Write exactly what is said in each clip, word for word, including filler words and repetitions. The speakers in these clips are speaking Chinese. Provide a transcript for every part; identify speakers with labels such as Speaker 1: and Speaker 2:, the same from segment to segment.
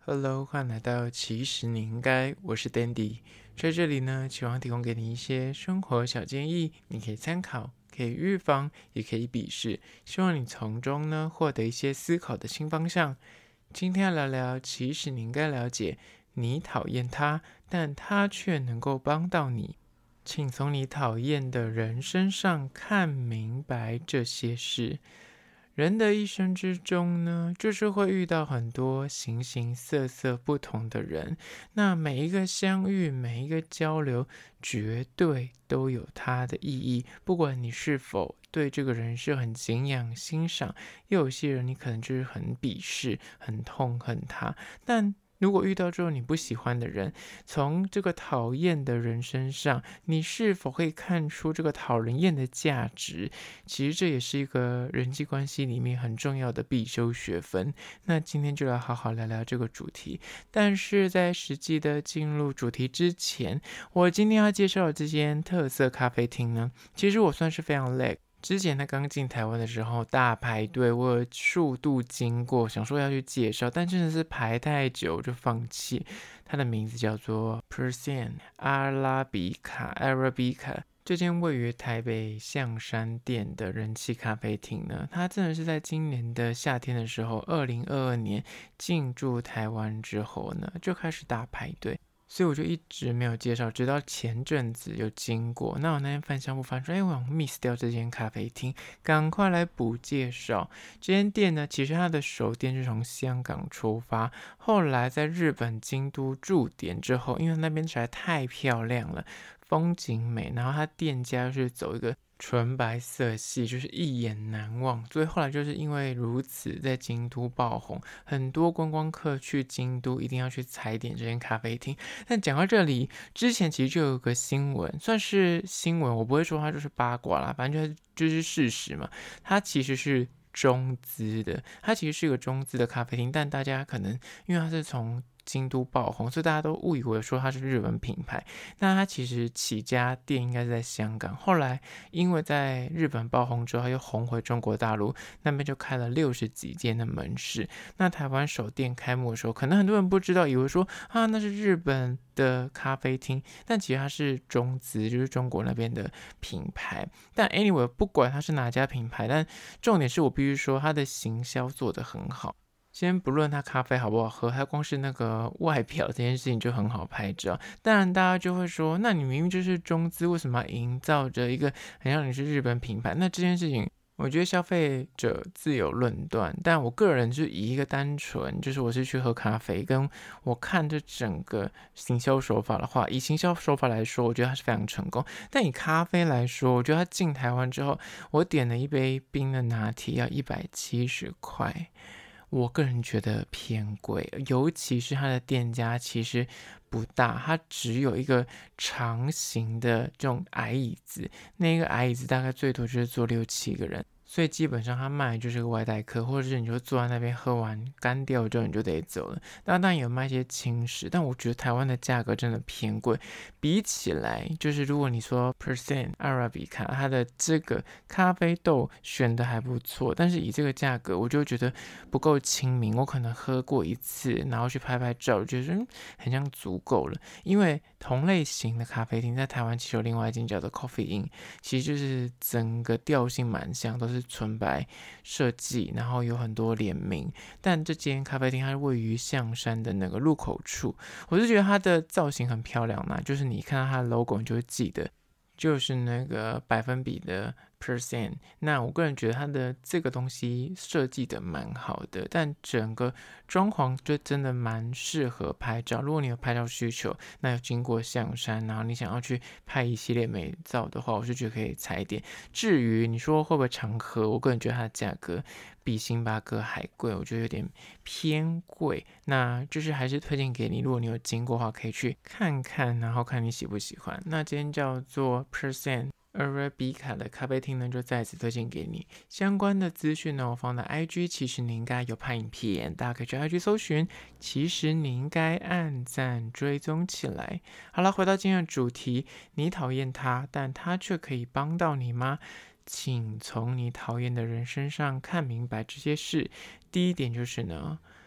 Speaker 1: Hello，欢迎来到其实你应该，我是 Dandy，在这里呢，希望提供给你一些生活小建议，你可以参考，可以预防，也可以鄙视，希望你从中呢获得一些思考的新方向。今天要聊聊，其实你应该了解，你讨厌他，但他却能够帮到你。请从你讨厌的人身上看明白这些事。人的一生之中呢，就是会遇到很多形形色色不同的人，那每一个相遇，每一个交流，绝对都有它的意义。不管你是否对这个人是很敬仰、欣赏，又有些人你可能就是很鄙视、很痛恨他，但如果遇到之后你不喜欢的人，从这个讨厌的人身上，你是否可以看出这个讨人厌的价值？其实这也是一个人际关系里面很重要的必修学分。那今天就来好好聊聊这个主题。但是在实际的进入主题之前，我今天要介绍的这间特色咖啡厅呢，其实我算是非常累。之前他刚进台湾的时候大排队，我有数度经过，想说要去介绍，但真的是排太久就放弃。它的名字叫做 Persian Arabica Arabica。这间位于台北象山店的人气咖啡厅呢，它真的是在今年的夏天的时候，二零二二年进驻台湾之后呢，就开始大排队。所以我就一直没有介绍，直到前阵子有经过。那我那天翻相簿翻说，哎，我 miss 掉这间咖啡厅，赶快来补介绍。这间店呢，其实它的首店是从香港出发，后来在日本京都驻点之后，因为那边实在太漂亮了，风景美，然后它店家是走一个纯白色系，就是一眼难忘，所以后来就是因为如此，在京都爆红，很多观光客去京都一定要去踩点这间咖啡厅。但讲到这里，之前其实就有个新闻，算是新闻，我不会说它就是八卦啦，反正就是就是事实嘛。它其实是中资的，它其实是一个中资的咖啡厅，但大家可能因为它是从京都爆红，所以大家都误以为说它是日本品牌。那它其实起家店应该是在香港，后来因为在日本爆红之后，它又红回中国大陆，那边就开了六十几间的门市。那台湾首店开幕的时候，可能很多人不知道，以为说啊那是日本的咖啡厅，但其实它是中资，就是中国那边的品牌。但 anyway， 不管它是哪家品牌，但重点是我必须说它的行销做得很好。先不论它咖啡好不好喝，它光是那个外表这件事情就很好拍照。当然，大家就会说，那你明明就是中资，为什么要营造着一个很像你是日本品牌？那这件事情，我觉得消费者自有论断。但我个人就以一个单纯，就是我是去喝咖啡，跟我看这整个行销手法的话，以行销手法来说，我觉得它是非常成功。但以咖啡来说，我觉得它进台湾之后，我点了一杯冰的拿铁要一百七十块。我个人觉得偏贵，尤其是它的店家其实不大，它只有一个长形的这种矮椅子，那个矮椅子大概最多就是坐六七个人，所以基本上他卖的就是个外带客，或者是你就坐在那边喝完干掉之后你就得走了。当然有卖一些轻食，但我觉得台湾的价格真的偏贵，比起来就是如果你说 Percent Arabica 它的这个咖啡豆选的还不错，但是以这个价格我就觉得不够亲民。我可能喝过一次，然后去拍拍照，觉得、嗯、很像足够了。因为同类型的咖啡厅在台湾其实有另外一间叫做 Coffee Inn， 其实就是整个调性蛮像，都是纯白设计，然后有很多联名。但这间咖啡厅它是位于象山的那个入口处，我是觉得它的造型很漂亮嘛，就是你看到它的 logo 你就会记得，就是那个百分比的 percent。 那我个人觉得它的这个东西设计的蛮好的，但整个装潢就真的蛮适合拍照。如果你有拍照需求，那有经过象山，然后你想要去拍一系列美照的话，我是觉得可以踩点。至于你说会不会常喝，我个人觉得它的价格比星巴克还贵，我觉得有点偏贵。那就是还是推荐给你，如果你有经过的话，可以去看看，然后看你喜不喜欢。那今天叫做 Percent Arabica 的咖啡厅呢，就再次推荐给你。相关的资讯呢，我放在 I G， 其实你应该有拍影片，大家可以去 I G 搜寻。其实你应该按赞追踪起来。好了，回到今天的主题，你讨厌他，但他却可以帮到你吗？请从你讨厌的人身上看明白这些事。第一点就是呢，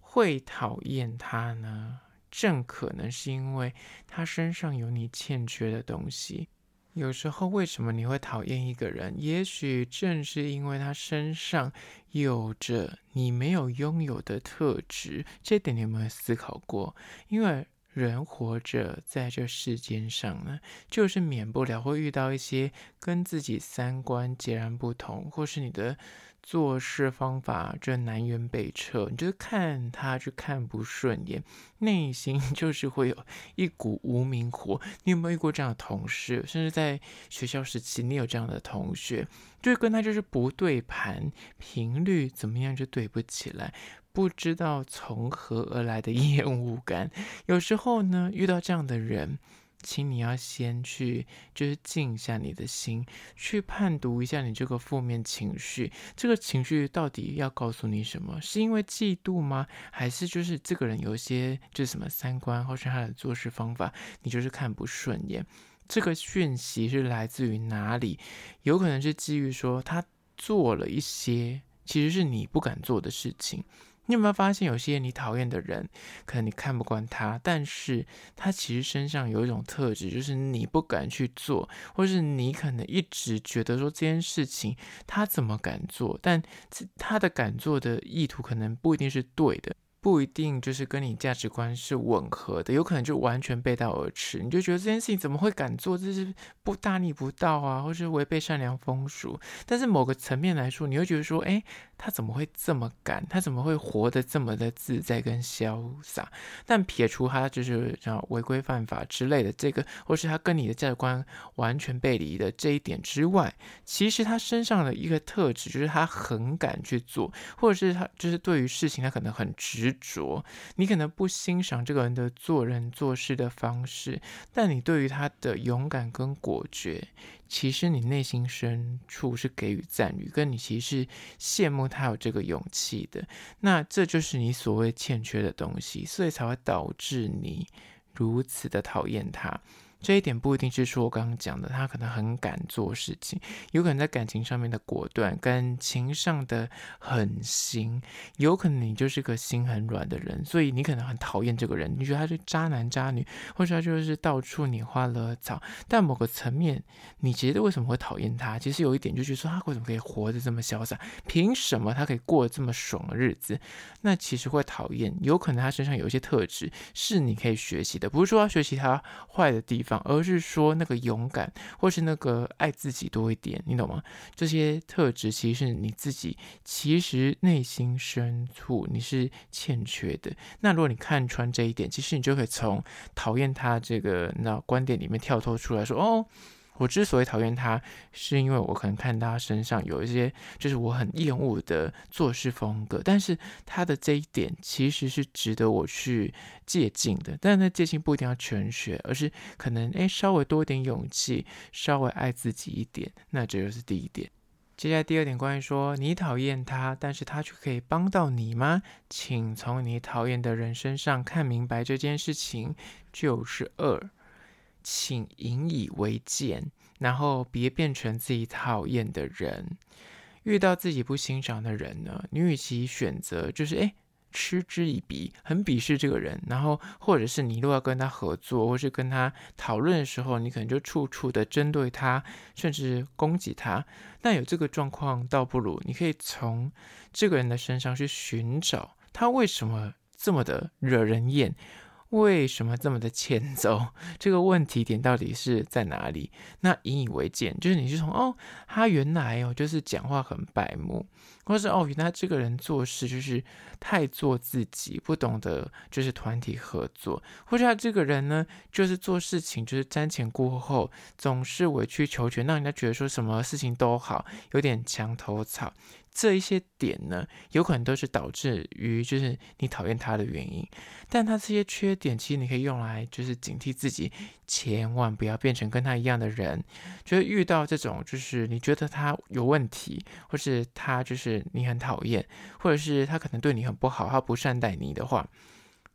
Speaker 1: 会讨厌他呢，正可能是因为他身上有你欠缺的东西。有时候为什么你会讨厌一个人，也许正是因为他身上有着你没有拥有的特质。这点你有没有思考过？因为人活着在这世间上呢，就是免不了会遇到一些跟自己三观截然不同，或是你的做事方法这南辕北辙，你就是看他就看不顺眼，内心就是会有一股无名火。你有没有遇过这样的同事？甚至在学校时期，你有这样的同学，就是跟他就是不对盘，频率怎么样就对不起来，不知道从何而来的厌恶感。有时候呢，遇到这样的人，请你要先去就是静下你的心，去判读一下你这个负面情绪，这个情绪到底要告诉你什么？是因为嫉妒吗？还是就是这个人有一些就是什么三观，或是他的做事方法，你就是看不顺眼？这个讯息是来自于哪里？有可能是基于说他做了一些其实是你不敢做的事情。你有没有发现有些你讨厌的人，可能你看不惯他，但是他其实身上有一种特质，就是你不敢去做，或是你可能一直觉得说这件事情他怎么敢做，但他的敢做的意图可能不一定是对的，不一定就是跟你价值观是吻合的，有可能就完全背道而驰。你就觉得这件事情怎么会敢做，这是不大逆不道啊，或是违背善良风俗。但是某个层面来说，你会觉得说，哎，他怎么会这么敢？他怎么会活得这么的自在跟潇洒？但撇除他就是像违规犯法之类的这个，或是他跟你的价值观完全背离的这一点之外，其实他身上的一个特质就是他很敢去做，或者是他就是对于事情他可能很执着。你可能不欣赏这个人的做人做事的方式，但你对于他的勇敢跟果决，其实你内心深处是给予赞誉，跟你其实是羡慕他有这个勇气的。那这就是你所谓欠缺的东西，所以才会导致你如此的讨厌他。这一点不一定是说我刚刚讲的他可能很敢做事情，有可能在感情上面的果断，感情上的狠心，有可能你就是个心很软的人，所以你可能很讨厌这个人，你觉得他是渣男渣女，或者他就是到处拈花惹草。但某个层面，你觉得为什么会讨厌他？其实有一点就是说他为什么可以活得这么潇洒，凭什么他可以过得这么爽的日子？那其实会讨厌，有可能他身上有一些特质是你可以学习的，不是说要学习他坏的地方，而是说那个勇敢，或是那个爱自己多一点，你懂吗？这些特质其实是你自己其实内心深处你是欠缺的。那如果你看穿这一点，其实你就可以从讨厌他这个那观点里面跳脱出来说，哦，我之所以讨厌他，是因为我可能看他身上有一些就是我很厌恶的做事风格，但是他的这一点其实是值得我去借鉴的。但那借鉴不一定要全学，而是可能诶稍微多一点勇气，稍微爱自己一点，那这就是第一点。接下来第二点，关于说你讨厌他，但是他却可以帮到你吗？请从你讨厌的人身上看明白这件事情。就是二，请引以为戒，然后别变成自己讨厌的人。遇到自己不欣赏的人呢，你与其选择就是诶嗤之以鼻，很鄙视这个人，然后或者是你如果要跟他合作，或是跟他讨论的时候，你可能就处处的针对他，甚至攻击他。那有这个状况，倒不如你可以从这个人的身上去寻找他为什么这么的惹人厌，为什么这么的欠揍？这个问题点到底是在哪里？那引以为戒，就是你是从哦，他原来哦就是讲话很白目，或是哦原来这个人做事就是太做自己，不懂得就是团体合作，或者他这个人呢就是做事情就是瞻前顾后，总是委曲求全，让人家觉得说什么事情都好，有点墙头草。这一些点呢，有可能都是导致于就是你讨厌他的原因，但他这些缺点其实你可以用来就是警惕自己，千万不要变成跟他一样的人。就是遇到这种就是你觉得他有问题，或是他就是你很讨厌，或者是他可能对你很不好，他不善待你的话，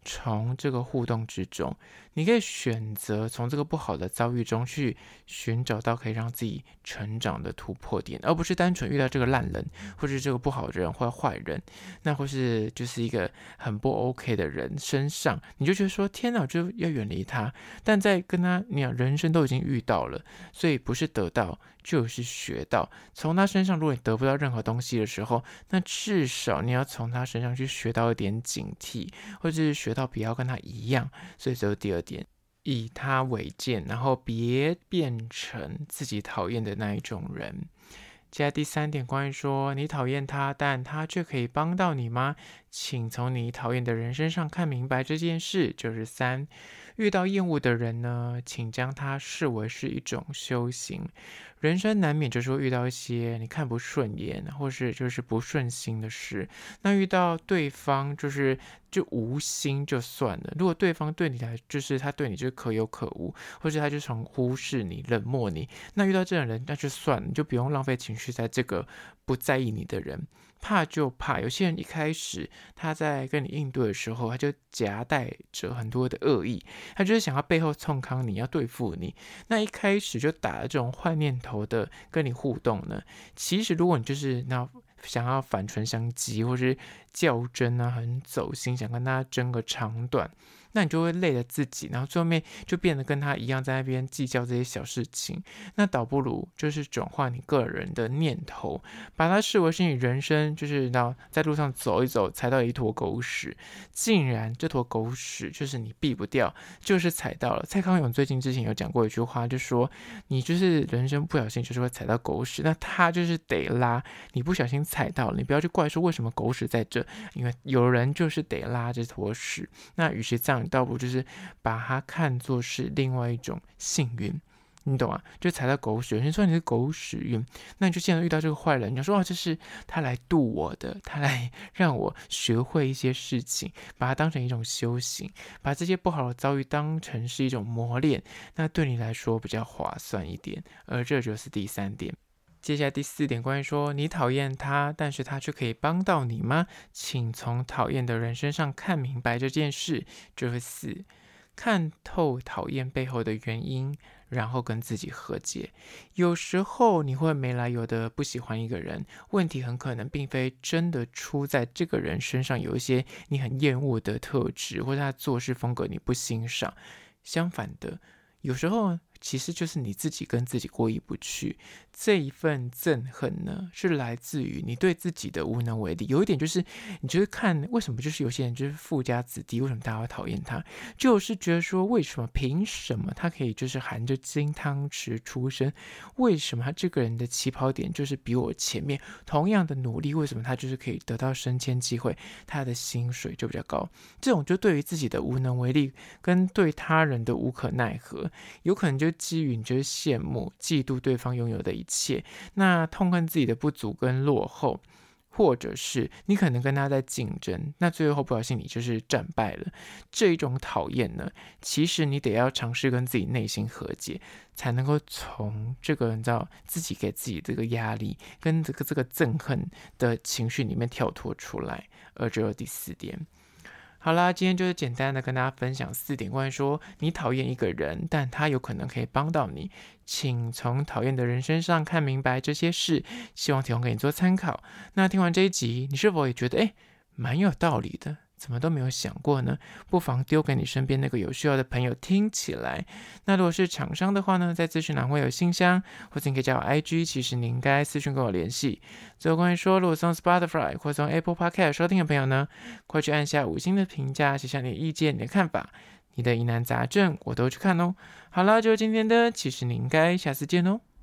Speaker 1: 从这个互动之中，你可以选择从这个不好的遭遇中去寻找到可以让自己成长的突破点，而不是单纯遇到这个烂人，或是这个不好的人或坏人，那或是就是一个很不 OK 的人身上，你就觉得说天哪，我就要远离他。但在跟他，你讲人生都已经遇到了，所以不是得到就是学到。从他身上，如果你得不到任何东西的时候，那至少你要从他身上去学到一点警惕，或者是学到不要跟他一样。所以这是第二点，以他为鉴，然后别变成自己讨厌的那一种人。接下来第三点，关于说你讨厌他，但他却可以帮到你吗？请从你讨厌的人身上看明白这件事。就是三，遇到厌恶的人呢，请将他视为是一种修行。人生难免就是会遇到一些你看不顺眼，或是就是不顺心的事。那遇到对方就是就无心就算了，如果对方对你来就是他对你就是可有可无，或是他就从忽视你、冷漠你，那遇到这种人那就算了，你就不用浪费情绪在这个不在意你的人。怕就怕有些人一开始他在跟你应对的时候，他就夹带着很多的恶意，他就是想要背后冲康你，要对付你。那一开始就打了这种坏念头的跟你互动呢，其实如果你就是那想要反唇相讥，或是较真啊，很走心，想跟他争个长短，那你就会累了自己，然后最后面就变得跟他一样在那边计较这些小事情。那倒不如就是转换你个人的念头，把它视为是你人生就是到在路上走一走，踩到一坨狗屎，竟然这坨狗屎就是你避不掉，就是踩到了。蔡康永最近之前有讲过一句话，就说你就是人生不小心就是会踩到狗屎，那他就是得拉，你不小心踩到了，你不要去怪说为什么狗屎在这，因为有人就是得拉这坨屎。那与其这样，倒不如就是把它看作是另外一种幸运，你懂啊？就踩到狗屎，有人说你是狗屎运，那你就现在遇到这个坏人，你就说哦，这是他来渡我的，他来让我学会一些事情，把它当成一种修行，把这些不好的遭遇当成是一种磨练，那对你来说比较划算一点。而这就是第三点。接下来第四点，关于说你讨厌他，但是他却可以帮到你吗？请从讨厌的人身上看明白这件事。就是四，看透讨厌背后的原因，然后跟自己和解。有时候你会没来由的不喜欢一个人，问题很可能并非真的出在这个人身上有一些你很厌恶的特质，或者他做事风格你不欣赏。相反的，有时候其实就是你自己跟自己过意不去，这一份憎恨呢，是来自于你对自己的无能为力。有一点就是，你就是看为什么就是有些人就是富家子弟，为什么大家会讨厌他，就是觉得说为什么凭什么他可以就是含着金汤匙出生，为什么他这个人的起跑点就是比我前面，同样的努力，为什么他就是可以得到升迁机会，他的薪水就比较高。这种就对于自己的无能为力跟对他人的无可奈何，有可能就基于你就是羡慕嫉妒对方拥有的一切，那痛恨自己的不足跟落后，或者是你可能跟他在竞争，那最后不小心你就是战败了。这一种讨厌呢，其实你得要尝试跟自己内心和解，才能够从这个你知道自己给自己这个压力跟这个这个憎恨的情绪里面跳脱出来。而这有第四点。好啦，今天就是简单的跟大家分享四点关于说你讨厌一个人，但他有可能可以帮到你，请从讨厌的人身上看明白这些事，希望提供给你做参考。那听完这一集，你是否也觉得诶蛮有道理的？怎么都没有想过呢？不妨丢给你身边那个有需要的朋友听起来。那如果是厂商的话呢，在资讯栏会有信箱，或者你可以加我 I G， 其实你应该私讯跟我联系。最后关于说，如果从 Spotify 或从 Apple Podcast 收听的朋友呢，快去按下五星的评价，写下你的意见、你的看法、你的疑难杂症，我都去看哦。好了，就是今天的，其实你应该下次见哦。